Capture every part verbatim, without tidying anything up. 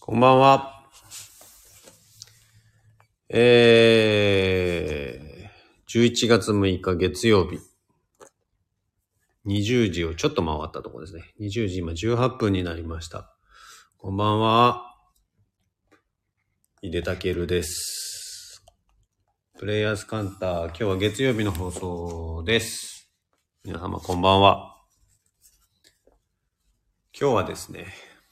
こんばんは。えー、じゅういちがつむいか月曜日。にじゅうじをちょっと回ったところですね。にじゅうじ今じゅうはっぷんになりました。こんばんは。井出たけるです。プレイヤーズカンター、今日は月曜日の放送です。皆様こんばんは。今日はですね、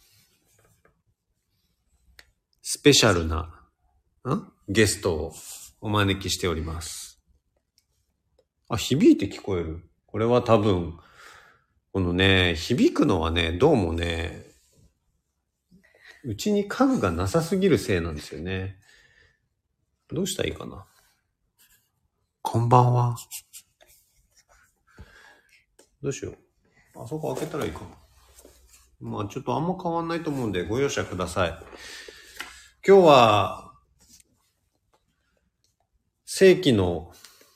スペシャルな、んゲストをお招きしております。あ、響いて聞こえる。これは多分、このね、響くのはね、どうもね、うちに家具がなさすぎるせいなんですよね。どうしたらいいかな。こんばんは。どうしよう。あそこ開けたらいいかな。まあちょっとあんま変わんないと思うんでご容赦ください。今日は、正規の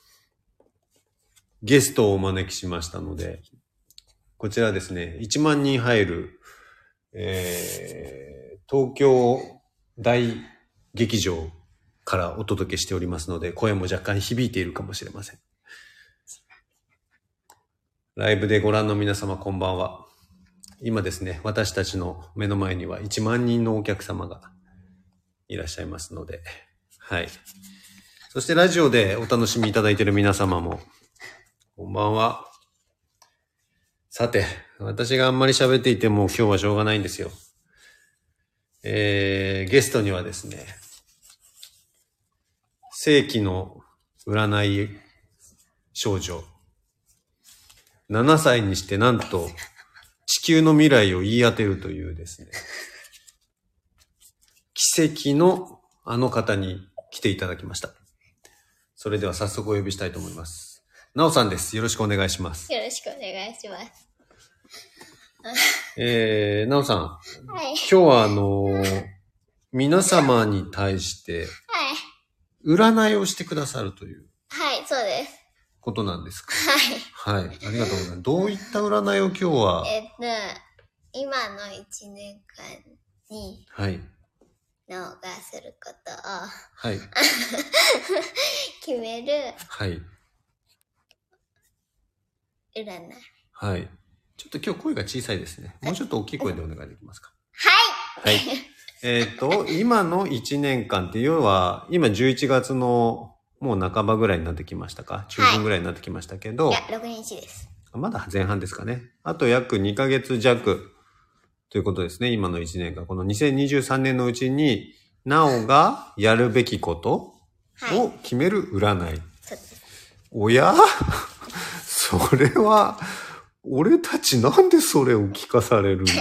ゲストをお招きしましたので、こちらですね、いちまんにん入る、えー、東京大劇場からお届けしておりますので、声も若干響いているかもしれません。ライブでご覧の皆様こんばんは。今ですね、私たちの目の前にはいちまんにんのお客様がいらっしゃいますので、はい。そしてラジオでお楽しみいただいている皆様も、こんばんは。さて、私があんまり喋っていても今日はしょうがないんですよ。えー、ゲストにはですね、世紀の占い少女、ななさいにしてなんと地球の未来を言い当てるというですね、奇跡のあの方に来ていただきました。それでは早速お呼びしたいと思います。なおさんです。よろしくお願いします。 よろしくお願いします。 えー、なおさん、 はい、 今日はあのー、皆様に対して占いをしてくださるというはい、はい、そうです。 ことなんですか。 はい。 はい、ありがとうございます。どういった占いを今日は。 えっと、今のいちねんかんに、 はい。 脳がすることを、 はい。 決める、 はい。 占い。 はい。ちょっと今日声が小さいですね。もうちょっと大きい声でお願いできますか。 はい。 はい。えっと、今のいちねんかんって要は、今じゅういちがつのもう半ばぐらいになってきましたか、中旬ぐらいになってきましたけど。 いや、ろくにちです。 まだ前半ですかね。あと約にかげつじゃくということですね。今のいちねんかん。このにせんにじゅうさんねんのうちに、なおがやるべきことを決める占い。はい、おやそれは、俺たちなんでそれを聞かされるんだ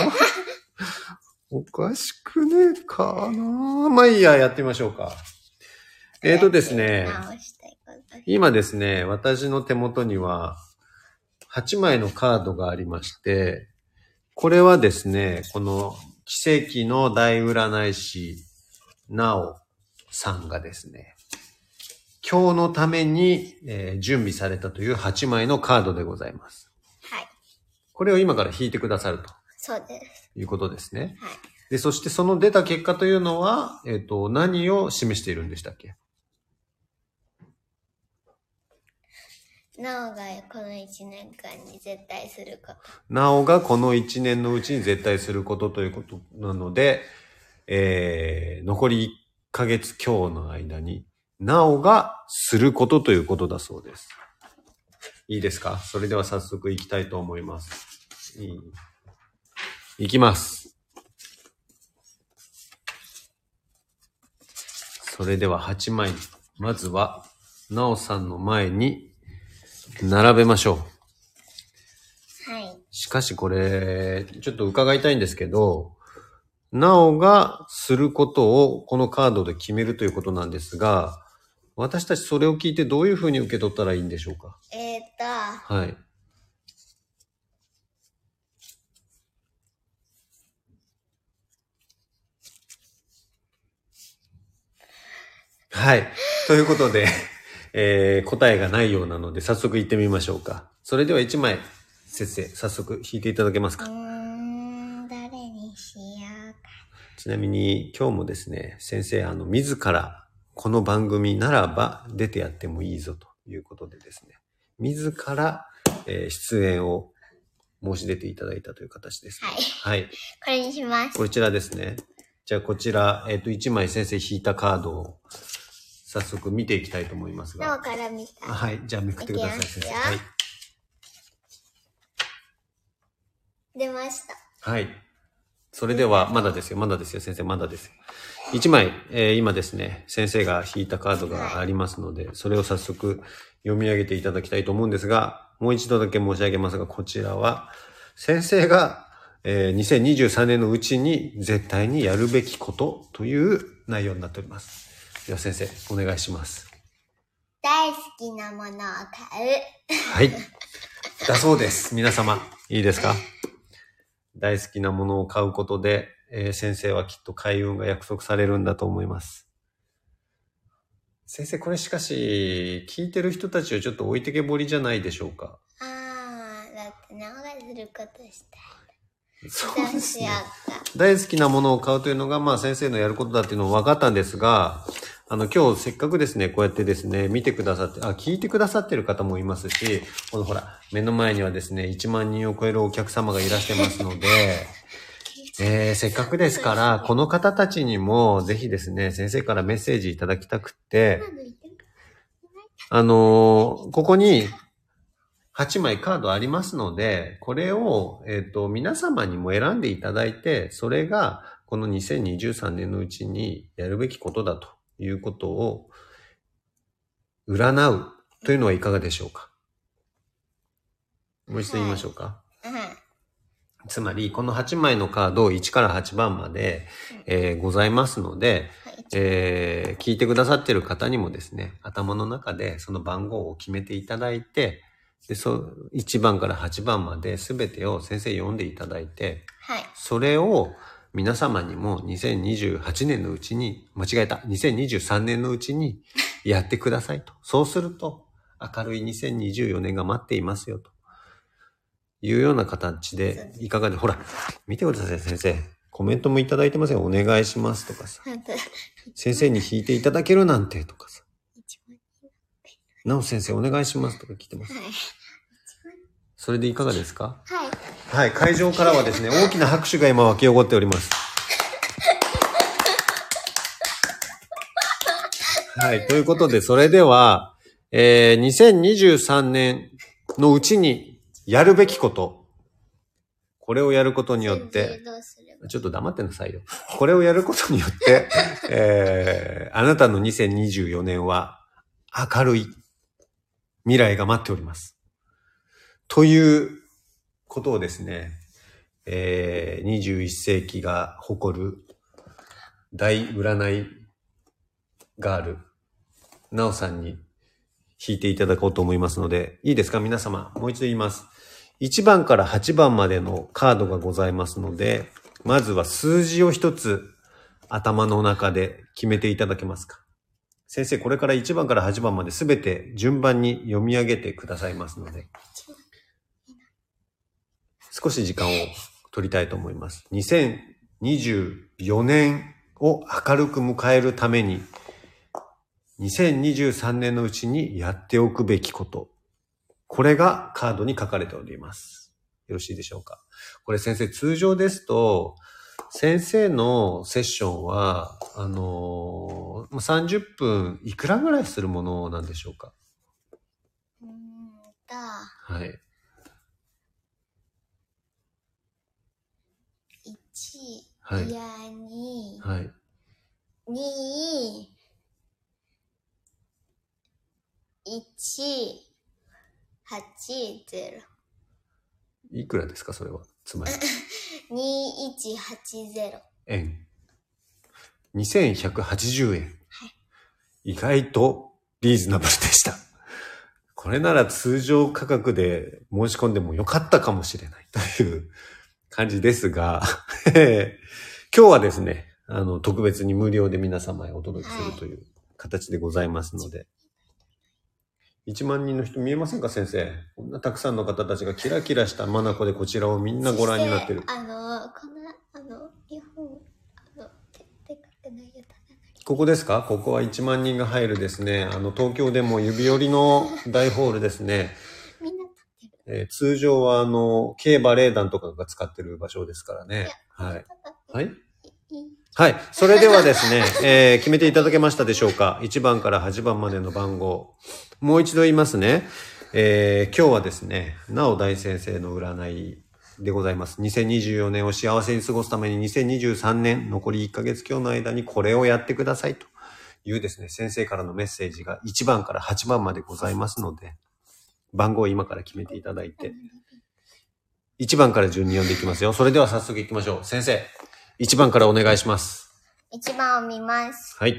おかしくねえかな。まあいいや、やってみましょうか。えーとですね、今ですね、私の手元にははちまいのカードがありまして、これはですね、この奇跡の大占い師、なおさんがですね、今日のために、えー、準備されたというはちまいのカードでございます。 はい。 これを今から引いてくださると。 そうです。 いうことですね。 はい。 で、そしてその出た結果というのは、えっと、何を示しているんでしたっけ？ なおがこのいちねんかんに絶対すること。 なおがこのいちねんのうちに絶対することということなので、えー、残りいっかげつ強の間に、なおがすることということだそうです。いいですか？それでは早速いきたいと思います。いい、いきます。それでははちまい、まずは、なおさんの前に並べましょう。はい。 しかしこれ、ちょっと伺いたいんですけど、なおがすることをこのカードで決めるということなんですが、私たちそれを聞いてどういうふうに受け取ったらいいんでしょうか？ えーっと、 はい。はい。ということで、えー、答えがないようなので早速行ってみましょうか。それではいちまい、先生、早速引いていただけますか？ うーん、誰にしようか。 ちなみに今日もですね、先生、あの、自らこの番組ならば出てやってもいいぞということでですね、自ら、えー、出演を申し出ていただいたという形ですね。 はい。はい。これにします。 こちらですね。じゃあこちら、えっと、いちまい先生引いたカードを早速見ていきたいと思いますが。 なおから見た。 はい。じゃあめくってください、先生。はい。 出ました。 はい。それでは、まだですよ、まだですよ、先生、まだですよ。いちまい、えー、今ですね、先生が引いたカードがありますので、はい、それを早速読み上げていただきたいと思うんですが、もう一度だけ申し上げますが、こちらは、先生が、えー、にせんにじゅうさんねんのうちに絶対にやるべきことという内容になっております。では先生、お願いします。 大好きなものを買う。 はい。だそうです。皆様、いいですか？大好きなものを買うことで、えー、先生はきっと開運が約束されるんだと思います。先生、これしかし、聞いてる人たちをちょっと置いてけぼりじゃないでしょうか？ ああ、だってなおがすることしたい。 そうですね。大好きなものを買うというのが、まあ先生のやることだっていうのは分かったんですが、あの今日せっかくですね、こうやってですね、見てくださって、あ、聞いてくださってる方もいますし、このほら、目の前にはですね、いちまんにんを超えるお客様がいらしてますので、えー、せっかくですから、この方たちにもぜひですね、先生からメッセージいただきたくって、あのー、ここにはちまいカードありますので、これを、えっと、皆様にも選んでいただいて、それがこのにせんにじゅうさんねんのうちにやるべきことだということを占うというのはいかがでしょうか？もう一度言いましょうか。 はいはいつまり、このはちまいのカードいちからはちばんまで、えー、ございますので、えー、聞いてくださっている方にもですね、頭の中でその番号を決めていただいて、で、そう、いちばんからはちばんまで全てを先生読んでいただいて、 はい、 それを皆様にもにせんにじゅうはちねんのうちに、間違えた、にせんにじゅうさんねんのうちにやってくださいと。そうすると、明るいにせんにじゅうよねんが待っていますよと。いうような形で、いかがで、ほら、見てください、先生。コメントもいただいてますよ。お願いしますとかさ。先生に弾いていただけるなんてとかさ。なお先生、お願いしますとか来てます。それでいかがですか？ はい。 はい、会場からはですね、大きな拍手が今湧き起こっております。はい、ということで、それでは、えー、にせんにじゅうさんねんのうちに、やるべきこと。これをやることによって、ちょっと黙ってなさいよ。これをやることによって、えー、あなたのにせんにじゅうよねんは明るい未来が待っております。ということをですね、えー、にじゅういっせいきが誇る大占いガール、なおさんに引いていただこうと思いますので、いいですか皆様。もう一度言います。いちばんからはちばんまでのカードがございますので、まずは数字を一つ頭の中で決めていただけますか？先生、これからいちばんからはちばんまですべて順番に読み上げてくださいますので、少し時間を取りたいと思います。にせんにじゅうよねんを明るく迎えるために、にせんにじゅうさんねんのうちにやっておくべきこと。これがカードに書かれております。よろしいでしょうか？これ先生、通常ですと、先生のセッションは、あのー、さんじゅっぷんいくらぐらいするものなんでしょうか？ うーんと、 はい。 いち、 はい。 いやに、 はい。 に、いち、はち、ゼロ。 いくらですかそれは？つまり。 にいちはちゼロ。 円。にせんひゃくはちじゅうえん。 はい。 意外とリーズナブルでした。これなら通常価格で申し込んでもよかったかもしれないという感じですが、今日はですね、あの、特別に無料で皆様へお届けするという形でございますので、はいいちまんにんの人見えませんか先生？こんなたくさんの方たちがキラキラした眼でこちらをみんなご覧になってる。 あの、この、あの、日本、あの、 ここですか？ここはいちまんにんが入るですね。あの、東京でも指折りの大ホールですね。 みんな立ってる。 えー、通常はあの、Kバレエ団とかが使ってる場所ですからね。はい。はいはい。それではですね、えー、決めていただけましたでしょうか？いちばんからはちばんまでの番号。もう一度言いますね。えー、今日はですね、なお大先生の占いでございます。にせんにじゅうよねんを幸せに過ごすためににせんにじゅうさんねん残りいっかげつ今日の間にこれをやってくださいというですね、先生からのメッセージがいちばんからはちばんまでございますので、番号を今から決めていただいて、いちばんから順に読んでいきますよ。それでは早速いきましょう。先生、いちばんからお願いします。 いちばんを見ます。 はい。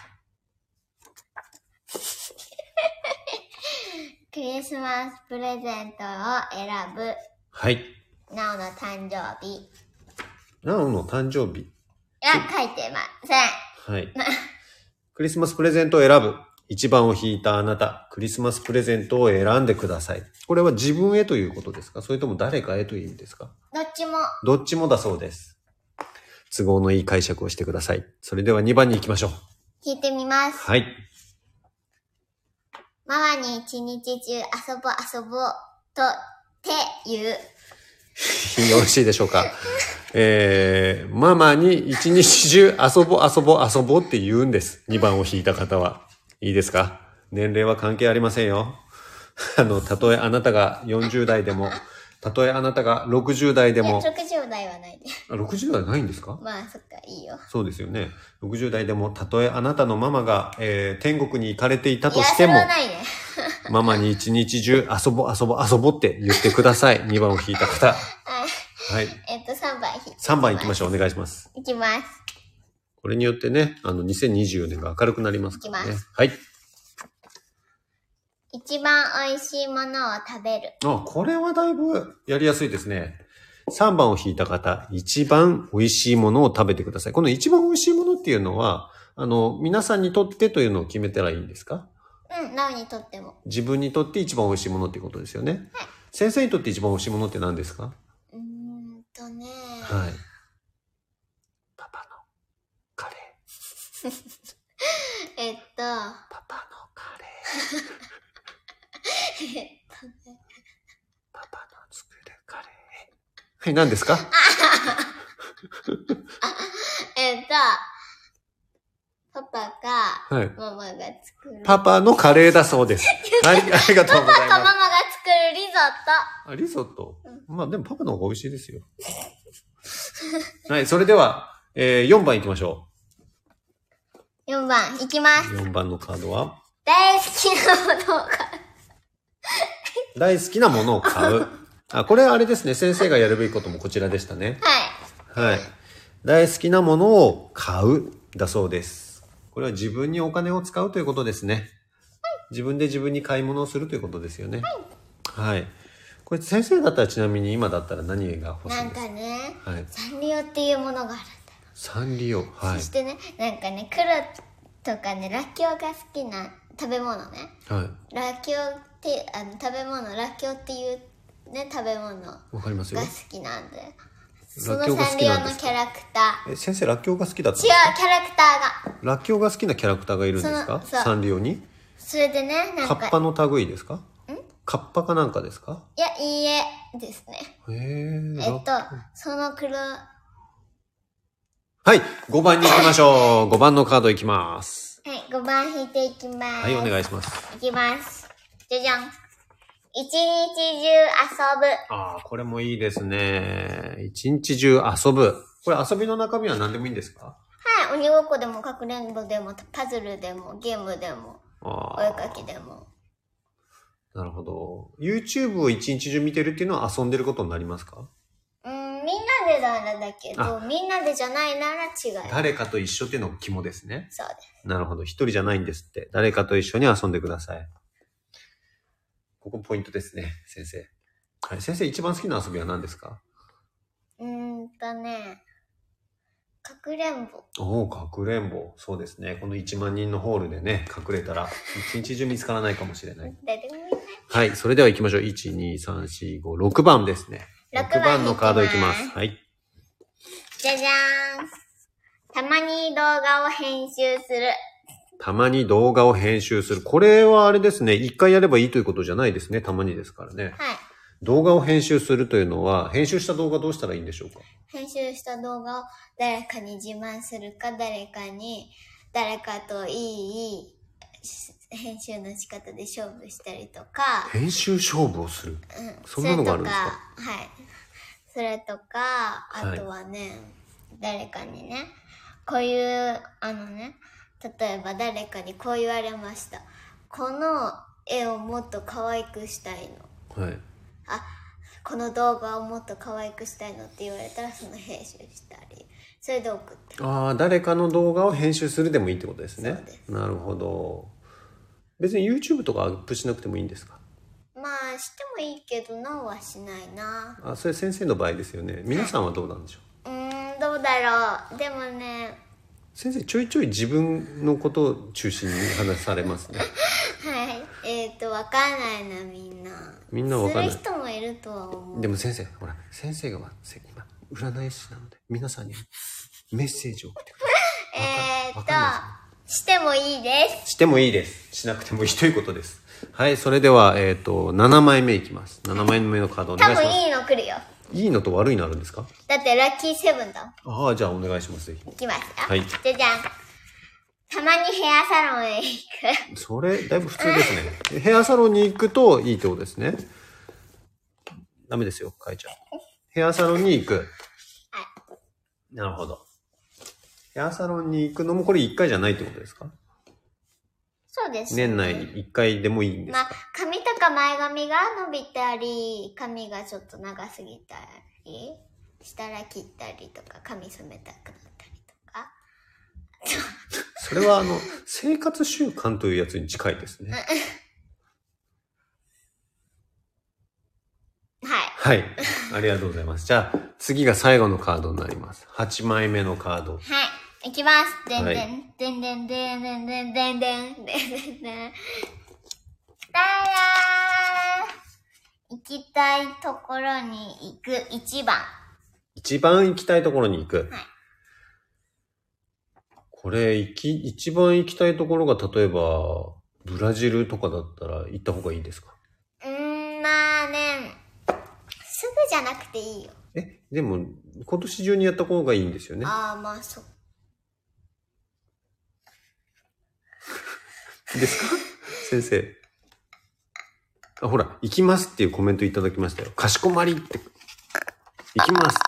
クリスマスプレゼントを選ぶ。 はい。 なおの誕生日。 なおの誕生日。 いや、書いてません。 はい。クリスマスプレゼントを選ぶ。いちばんを引いたあなた、クリスマスプレゼントを選んでください。これは自分へということですか？それとも誰かへという意味ですか？ どっちも。 どっちもだそうです。都合のいい解釈をしてください。それではにばんに行きましょう。 引いてみます。 はい。 ママに一日中遊ぼう遊ぼうとって言う。 よろしいでしょうか。えー、ママに一日中遊ぼう遊ぼう遊ぼうって言うんです。にばんを引いた方は。いいですか？年齢は関係ありませんよ。あの、たとえあなたがよんじゅう代でも、たとえあなたがろくじゅう代でも。 ろくじゅう代はないね。 あ、ろくじゅう代ないんですか？ まあ、そっか、いいよ。 そうですよね。ろくじゅう代でも、たとえあなたのママが、えー、天国に行かれていたとしても、 いや、それはないね。 ママに一日中遊ぼう遊ぼう遊ぼうって言ってください。にばんを引いた方。はい。 えっと、さんばん引いて。 さんばん行きましょう。お願いします。 いきます。 これによってね、あの、にせんにじゅうよねんが明るくなりますからね。 いきます。 はい。 一番美味しいものを食べる。 あ、これはだいぶやりやすいですね。さんばんを引いた方、一番美味しいものを食べてください。この一番美味しいものっていうのは、あの、皆さんにとってというのを決めたらいいんですか？ うん、なおにとっても。 自分にとって一番美味しいものっていうことですよね。はい。先生にとって一番美味しいものって何ですか？ うーんとね。 はい。パパのカレー。 えっと。 パパのカレー。 えっとね。 パパの作るカレー。はい、何ですか？ えっと、パパか、はい、ママが作る。 パパのカレーだそうです。はい、ありがとうございます。 パパかママが作るリゾット。 あ、リゾット、うん、まあでもパパの方が美味しいですよ。はい、それでは、えー、よんばん行きましょう。よんばん行きます。 よんばんのカードは大好きなものを買う。 大好きなものを買う。あ、これあれですね。先生がやるべきこともこちらでしたね。 はい。 はい。大好きなものを買うだそうです。これは自分にお金を使うということですね。自分で自分に買い物をするということですよね。はい。はい、これ先生だったらちなみに今だったら何が欲しいですか？ なんかね、 はい、 サンリオっていうものがあるんだよ。 サンリオ。はい。 そしてね、なんかね、クロとかね、ラッキョウが好きな食べ物ね。 はい。 ラッキョウってあの食べ物、ラッキョウっていうね食べ物が好きなんで。そのサンリオのキャラクター。 え、先生ラッキョウが好きだったんですか？違う、キャラクターが。 ラッキョウが好きなキャラクターがいるんですか？サンリオに。 それでね、なんか。 カッパの類ですか？ん？カッパかなんかですか？ いや、いいえですね。 へー。 えっと、その黒。 はい、ごばんに行きましょう。ごばんのカード行きます。 はい、ごばん引いていきます。 はい、お願いします。 いきます。じゃじゃん。一日中遊ぶ。 ああ、これもいいですね。一日中遊ぶ。これ遊びの中身は何でもいいんですか？ はい、鬼ごっこでもかくれんぼでもパズルでもゲームでもお絵かきでも。 なるほど。YouTube を一日中見てるっていうのは遊んでることになりますか？ うん、みんなでならだけど、みんなでじゃないなら違う。 誰かと一緒っていうのが肝ですね。 そうです。 なるほど。一人じゃないんですって。誰かと一緒に遊んでください。ここポイントですね、先生。はい、先生一番好きな遊びは何ですか？ うーんとね、かくれんぼ。 おお、かくれんぼ。そうですね。このいちまんにんのホールでね、隠れたら一日中見つからないかもしれない。はい、それでは行きましょう。いち、に、さん、し、ご、ろくばんですね。ろくばんのカードいきます。はい。 じゃじゃーん。 たまに動画を編集する。 たまに動画を編集する。これはあれですね。一回やればいいということじゃないですね。たまにですからね。 はい。 動画を編集するというのは、編集した動画どうしたらいいんでしょうか？ 編集した動画を誰かに自慢するか、誰かに、誰かといい編集の仕方で勝負したりとか。 編集勝負をする？うん。そんなのがあるんですか？ はい。それとか、あとはね、はい、誰かにね、こういう、あのね、例えば誰かにこう言われました。この絵をもっと可愛くしたいの。はい。あ、この動画をもっと可愛くしたいのって言われたらその編集したり。それで送って。 ああ、誰かの動画を編集するでもいいってことですね。 そうです。 なるほど。別に YouTube とかアップしなくてもいいんですか？ まあ、してもいいけど、なおはしないな。 あ、それ先生の場合ですよね。皆さんはどうなんでしょう？うーん、どうだろう。でもね。 先生、ちょいちょい自分のことを中心に話されますね。 はい。えっと、わかんないな、みんな。 みんなわかんない。 する人もいるとは思う。 でも先生、ほら、先生が今、占い師なので、皆さんにメッセージを送ってください。 えーっと、してもいいです。 してもいいです。しなくてもいいということです。はい、それでは、えっと、ななまいめいきます。ななまいめのカードお願いします。 多分いいの来るよ。 いいのと悪いのあるんですか？ だってラッキーセブンだ。 ああ、じゃあお願いします。 いきますよ。 はい。 じゃじゃん。たまにヘアサロンへ行く。 それ、だいぶ普通ですね。ヘアサロンに行くといいってことですね。ダメですよ、変えちゃう。ヘアサロンに行く。はい。なるほど。ヘアサロンに行くのもこれいっかいじゃないってことですか？ そうです、ね。 年内にいっかいでもいいんですか？ まあ、髪とか前髪が伸びたり、髪がちょっと長すぎたりしたら切ったりとか、髪染めたくなったりとか。 それはあの、生活習慣というやつに近いですね。 はい。 はい。ありがとうございます。じゃあ、次が最後のカードになります。はちまいめのカード。 はい。いきます。でんでん、でんでんでんでんでんでんでんでんでんでん。だー行きたいところに行く。いちばん。 一番行きたいところに行く。 はい。 これ、行き、一番行きたいところが、例えば、ブラジルとかだったら行った方がいいですか？ うーん、まあね、すぐじゃなくていいよ。 え、でも、今年中にやった方がいいんですよね。 ああ、まあ、そう。 ですか？先生。あ、ほら、行きますっていうコメントいただきましたよ。かしこまりって。行きます。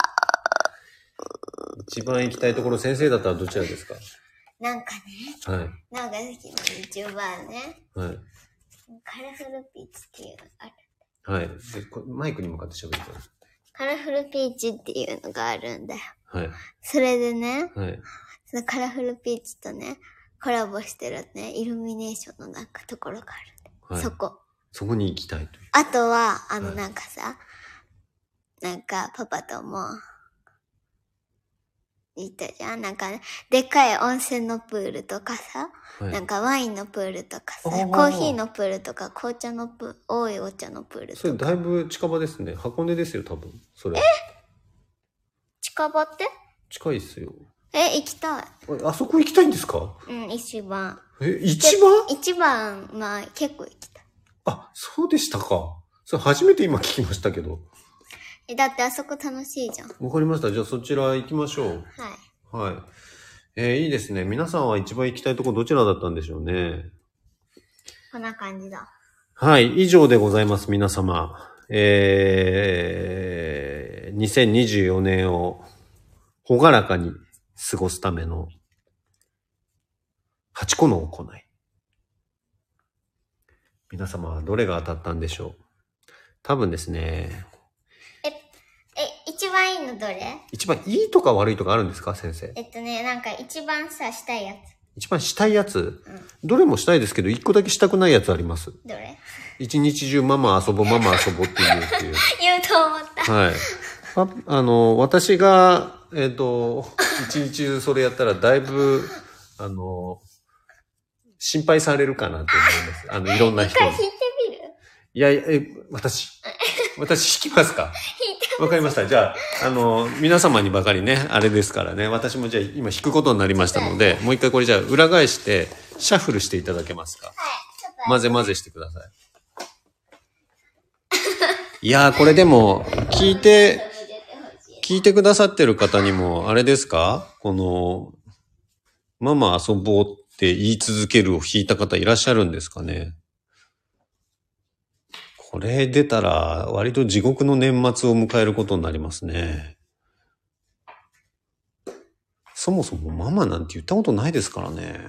一番行きたいところ、先生だったらどちらですか？ なんかね。 はい。 長崎の YouTuber ね。 はい。 カラフルピーチっていうのがある。 はい。で、こマイクに向かって喋るから。 カラフルピーチっていうのがあるんだよ。 はい。 それでね。 はい。 そのカラフルピーチとね、コラボしてるね、イルミネーションのなんかところがあるんだよ。はい。そこ。 そこに行きたいという。 あとは、あのなんかさ、はい、なんかパパとも、行ったじゃん。なんか、ね、でっかい温泉のプールとかさ、はい、なんかワインのプールとかさ、コーヒーのプールとか、紅茶のプール、多いお茶のプールとか。 それだいぶ近場ですね。箱根ですよ、多分。それ。 え？近場って？ 近いっすよ。 え、行きたい。 あそこ行きたいんですか？ うん、一番。 え、一番？ 一番、まあ、結構行きたい。 あ、そうでしたか。それ初めて今聞きましたけど。 だってあそこ楽しいじゃん。 わかりました。じゃあそちら行きましょう。 はい。 はい。えー、いいですね。皆さんは一番行きたいところどちらだったんでしょうね。 こんな感じだ。 はい。以上でございます。皆様。えー、にせんにじゅうよねんをほがらかに過ごすためのはちこの行い。皆様はどれが当たったんでしょう。多分ですね。 え、一番いいのどれ？ 一番いいとか悪いとかあるんですか、先生？ えっとね、なんか一番さ、したいやつ。 一番したいやつ、うん、どれもしたいですけど、一個だけしたくないやつあります。 どれ？ 一日中ママ遊ぼう、ママ遊ぼうっていうっていう。 言うと思った。 はい。あ, あの、私が、えっと、一日中それやったらだいぶ、あの、心配されるかなと思います。あの、いろんな人に。 一回弾いてみる？ いやいや、え、私、私弾きますか？ 弾いてわかりました。じゃあ、あの、皆様にばかりね、あれですからね。私もじゃあ今引くことになりましたので、もう一回これじゃあ裏返して、シャッフルしていただけますか。はい。混ぜ混ぜしてください。いやー、これでも、聞いて、聞いてくださってる方にも、あれですか？この、ママ遊ぼうって言い続けるを弾いた方いらっしゃるんですかね？これ出たら、割と地獄の年末を迎えることになりますね。そもそもママなんて言ったことないですからね。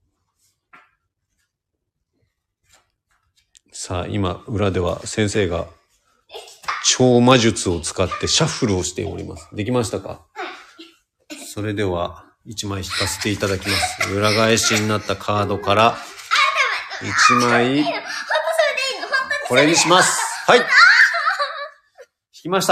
さあ、今、裏では先生が、超魔術を使ってシャッフルをしております。できましたか？それでは、一枚引かせていただきます。裏返しになったカードから、一枚、これにします。はい。引きました。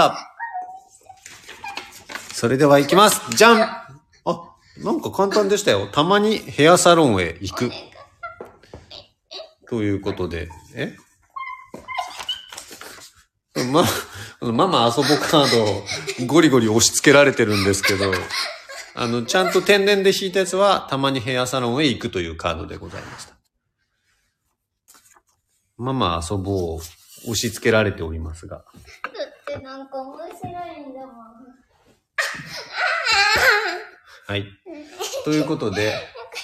それでは行きます。じゃん。あ、なんか簡単でしたよ。たまにヘアサロンへ行く。ということで、えま、ママ遊ぼカードをゴリゴリ押し付けられてるんですけど、あの、ちゃんと天然で引いたやつは、たまにヘアサロンへ行くというカードでございました。ママ遊ぼうを押し付けられておりますが。だってなんか面白いんだもん。 はい。ということで、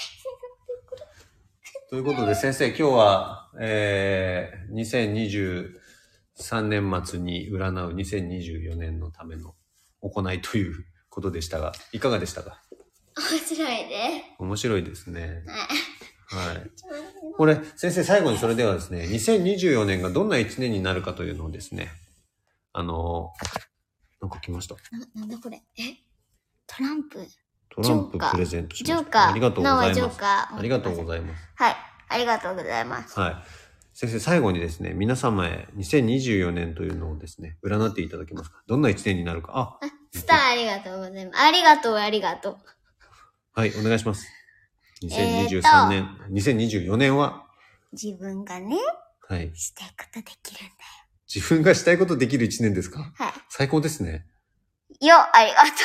ということで先生、今日は、えー、にせんにじゅうさんねん末に占うにせんにじゅうよねんのための行いということでしたが、いかがでしたか？ 面白いね。 面白いですね。 はい。 はい。これ、先生、最後にそれではですね、にせんにじゅうよねんがどんないちねんになるかというのをですね、あの、なんか来ました。 な、なんだこれ？え？トランプ。 トランププレゼントしました。 ジョーカー。 ありがとうございます。 ジョーカー。 ありがとうございます。 はい。ありがとうございます。 はい。先生、最後にですね、皆様へにせんにじゅうよねんというのをですね、占っていただけますか？どんないちねんになるか。あ、 スターありがとうございます。ありがとう、ありがとう。 はい、お願いします。にせんにじゅうさんねん、えー、にせんにじゅうよねんは自分がね、 はい。 したいことできるんだよ。 自分がしたいことできるいちねんですか？ はい。 最高ですね。 よ、ありがとう。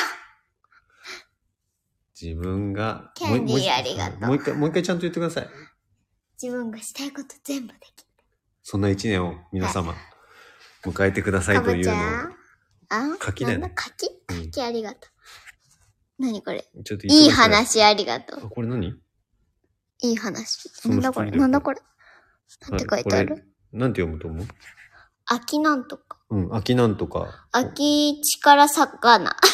自分が、 キャンディーありがとう。 もう一回、もう一回ちゃんと言ってください。 自分がしたいこと全部できる。 そんな一年を皆様、はい、迎えてくださいというのを。 あ、 柿だよね。 柿？柿ありがとう。何これ？ ちょっといい話ありがとう。 あ、これ何？ いい話。なんだこれ？なんだこれ？なんて書いてある？ なんて読むと思う？ 秋なんとか。 うん、秋なんとか。 秋力魚。はい。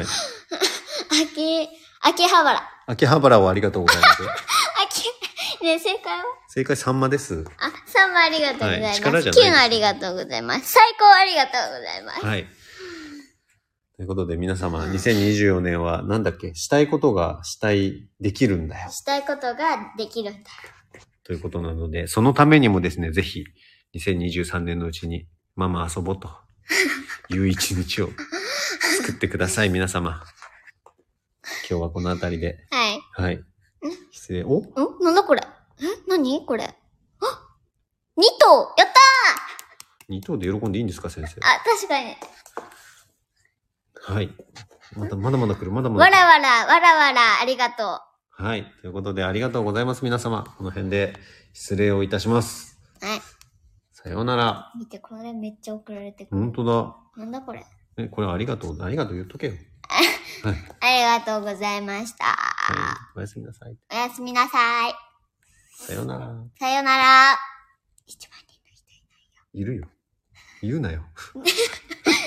秋、秋葉原。 秋葉原をありがとうございます。 秋、ね、正解は？ 正解さんまです。 あ、さんまありがとうございます。はい、 力じゃない。 きゅうありがとうございます。最高ありがとうございます。 はい。ということで皆様、にせんにじゅうよねんはなんだっけ？したいことがしたい、できるんだよ。 したいことができるんだよ。 ということなので、そのためにもですね、ぜひ、にせんにじゅうさんねんのうちに、ママ遊ぼうという一日を作ってください、皆様。今日はこのあたりで。 はい。 はい。失礼。お？ん？ なんだこれ？え？何これ？あ！に頭！やったー !に 頭で喜んでいいんですか、先生。 あ、確かに。 はい。まだまだまだ来る、まだまだ来る。 わらわら、わらわら、ありがとう。はい。ということで、ありがとうございます、皆様。この辺で失礼をいたします。 はい。 さようなら。 見て、これめっちゃ送られてくる。 ほんとだ。 なんだこれ。 え、これありがとう。ありがとう言っとけよ。 はい。ありがとうございました。 はい。おやすみなさい。 おやすみなさい。 さようなら。 さようなら。一番人の人いないよ。 いるよ。言うなよ。